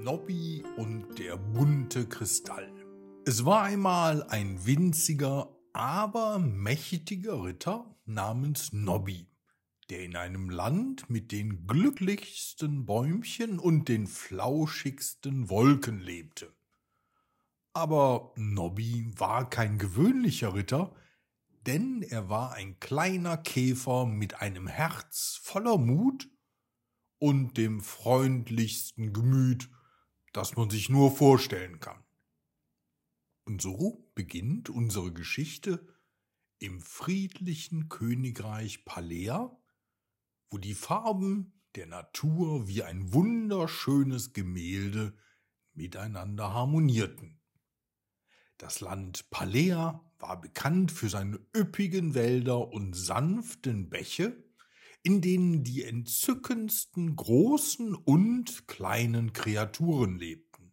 Nobby und der bunte Kristall. Es war einmal ein winziger, aber mächtiger Ritter namens Nobby, der in einem Land mit den glücklichsten Bäumchen und den flauschigsten Wolken lebte. Aber Nobby war kein gewöhnlicher Ritter, denn er war ein kleiner Käfer mit einem Herz voller Mut und dem freundlichsten Gemüt, das man sich nur vorstellen kann. Und so beginnt unsere Geschichte im friedlichen Königreich Palea, wo die Farben der Natur wie ein wunderschönes Gemälde miteinander harmonierten. Das Land Palea war bekannt für seine üppigen Wälder und sanften Bäche, in denen die entzückendsten großen und kleinen Kreaturen lebten.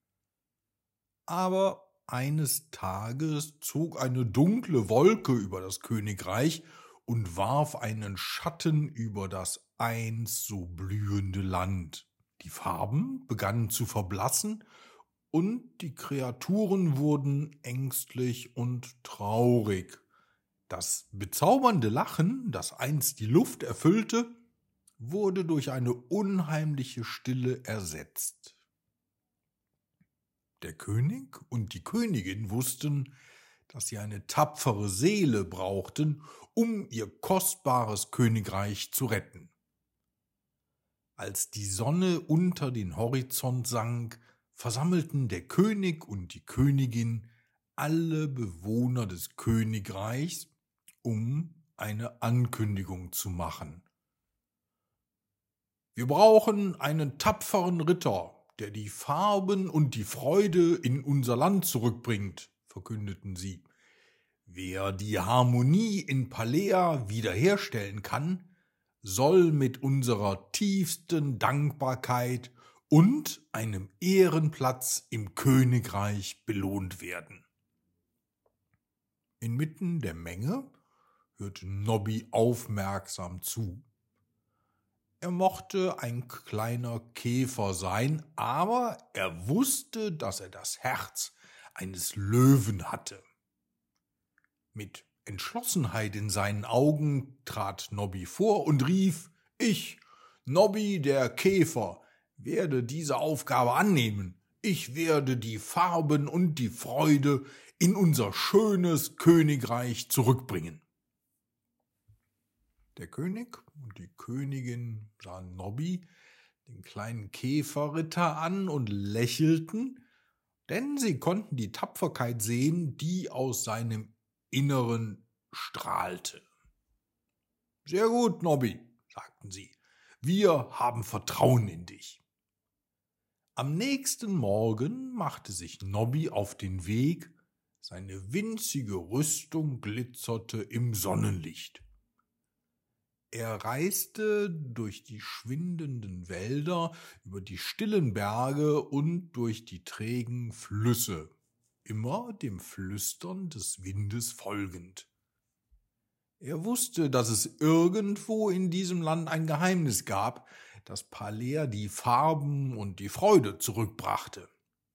Aber eines Tages zog eine dunkle Wolke über das Königreich und warf einen Schatten über das einst so blühende Land. Die Farben begannen zu verblassen und die Kreaturen wurden ängstlich und traurig. Das bezaubernde Lachen, das einst die Luft erfüllte, wurde durch eine unheimliche Stille ersetzt. Der König und die Königin wussten, dass sie eine tapfere Seele brauchten, um ihr kostbares Königreich zu retten. Als die Sonne unter den Horizont sank, versammelten der König und die Königin alle Bewohner des Königreichs, um eine Ankündigung zu machen. Wir brauchen einen tapferen Ritter, der die Farben und die Freude in unser Land zurückbringt, verkündeten sie. Wer die Harmonie in Palea wiederherstellen kann, soll mit unserer tiefsten Dankbarkeit und einem Ehrenplatz im Königreich belohnt werden. Inmitten der Menge hörte Nobby aufmerksam zu. Er mochte ein kleiner Käfer sein, aber er wusste, dass er das Herz eines Löwen hatte. Mit Entschlossenheit in seinen Augen trat Nobby vor und rief: Ich, Nobby der Käfer, werde diese Aufgabe annehmen. Ich werde die Farben und die Freude in unser schönes Königreich zurückbringen. Der König und die Königin sahen Nobby, den kleinen Käferritter, an und lächelten, denn sie konnten die Tapferkeit sehen, die aus seinem Inneren strahlte. »Sehr gut, Nobby«, sagten sie, »wir haben Vertrauen in dich.« Am nächsten Morgen machte sich Nobby auf den Weg, seine winzige Rüstung glitzerte im Sonnenlicht. Er reiste durch die schwindenden Wälder, über die stillen Berge und durch die trägen Flüsse, immer dem Flüstern des Windes folgend. Er wusste, dass es irgendwo in diesem Land ein Geheimnis gab, das Palea die Farben und die Freude zurückbrachte.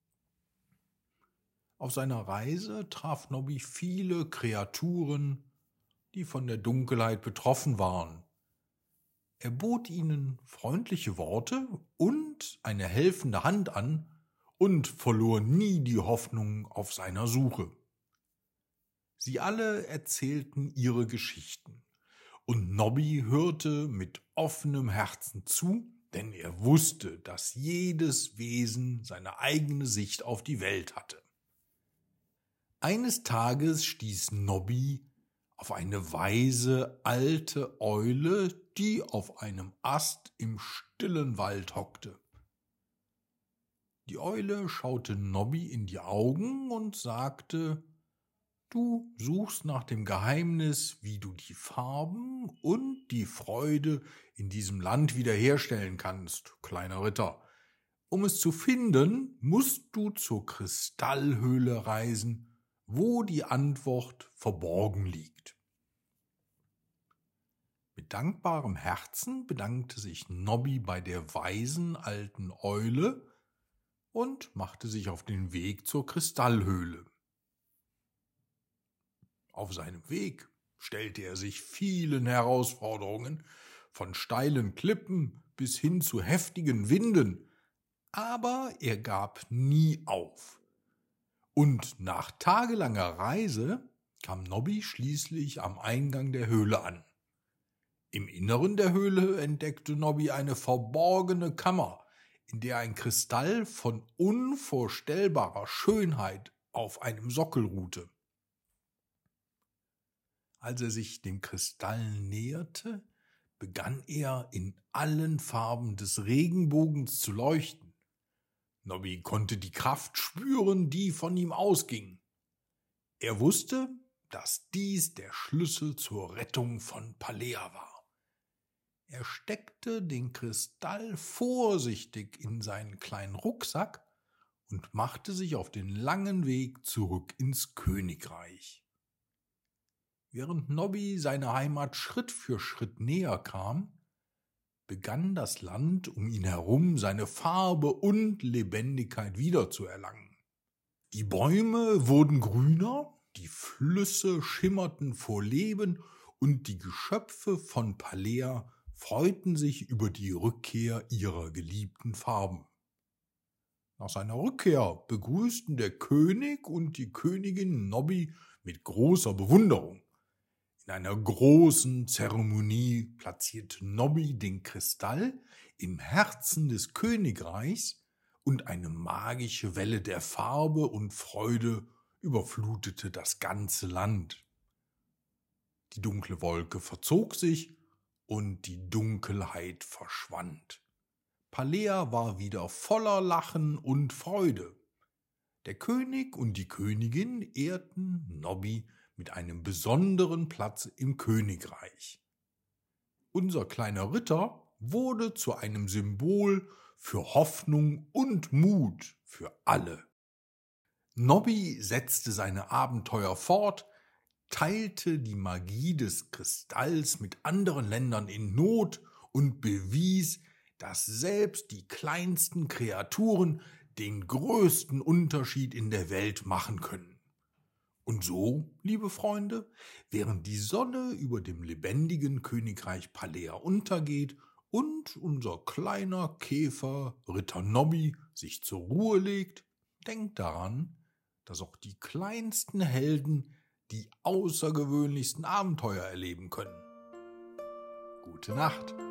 Auf seiner Reise traf Nobby viele Kreaturen, die von der Dunkelheit betroffen waren. Er bot ihnen freundliche Worte und eine helfende Hand an und verlor nie die Hoffnung auf seiner Suche. Sie alle erzählten ihre Geschichten, und Nobby hörte mit offenem Herzen zu, denn er wusste, dass jedes Wesen seine eigene Sicht auf die Welt hatte. Eines Tages stieß Nobby auf eine weise alte Eule, die auf einem Ast im stillen Wald hockte. Die Eule schaute Nobby in die Augen und sagte: »Du suchst nach dem Geheimnis, wie du die Farben und die Freude in diesem Land wiederherstellen kannst, kleiner Ritter. Um es zu finden, musst du zur Kristallhöhle reisen, wo die Antwort verborgen liegt.« Mit dankbarem Herzen bedankte sich Nobby bei der weisen alten Eule und machte sich auf den Weg zur Kristallhöhle. Auf seinem Weg stellte er sich vielen Herausforderungen, von steilen Klippen bis hin zu heftigen Winden, aber er gab nie auf. Und nach tagelanger Reise kam Nobby schließlich am Eingang der Höhle an. Im Inneren der Höhle entdeckte Nobby eine verborgene Kammer, in der ein Kristall von unvorstellbarer Schönheit auf einem Sockel ruhte. Als er sich dem Kristall näherte, begann er in allen Farben des Regenbogens zu leuchten. Nobby konnte die Kraft spüren, die von ihm ausging. Er wusste, dass dies der Schlüssel zur Rettung von Palea war. Er steckte den Kristall vorsichtig in seinen kleinen Rucksack und machte sich auf den langen Weg zurück ins Königreich. Während Nobby seiner Heimat Schritt für Schritt näher kam, begann das Land um ihn herum seine Farbe und Lebendigkeit wiederzuerlangen. Die Bäume wurden grüner, die Flüsse schimmerten vor Leben und die Geschöpfe von Palea freuten sich über die Rückkehr ihrer geliebten Farben. Nach seiner Rückkehr begrüßten der König und die Königin Nobby mit großer Bewunderung. In einer großen Zeremonie platzierte Nobby den Kristall im Herzen des Königreichs und eine magische Welle der Farbe und Freude überflutete das ganze Land. Die dunkle Wolke verzog sich und die Dunkelheit verschwand. Palea war wieder voller Lachen und Freude. Der König und die Königin ehrten Nobby mit einem besonderen Platz im Königreich. Unser kleiner Ritter wurde zu einem Symbol für Hoffnung und Mut für alle. Nobby setzte seine Abenteuer fort, teilte die Magie des Kristalls mit anderen Ländern in Not und bewies, dass selbst die kleinsten Kreaturen den größten Unterschied in der Welt machen können. Und so, liebe Freunde, während die Sonne über dem lebendigen Königreich Palea untergeht und unser kleiner Käfer Ritter Nobby sich zur Ruhe legt, denkt daran, dass auch die kleinsten Helden die außergewöhnlichsten Abenteuer erleben können. Gute Nacht.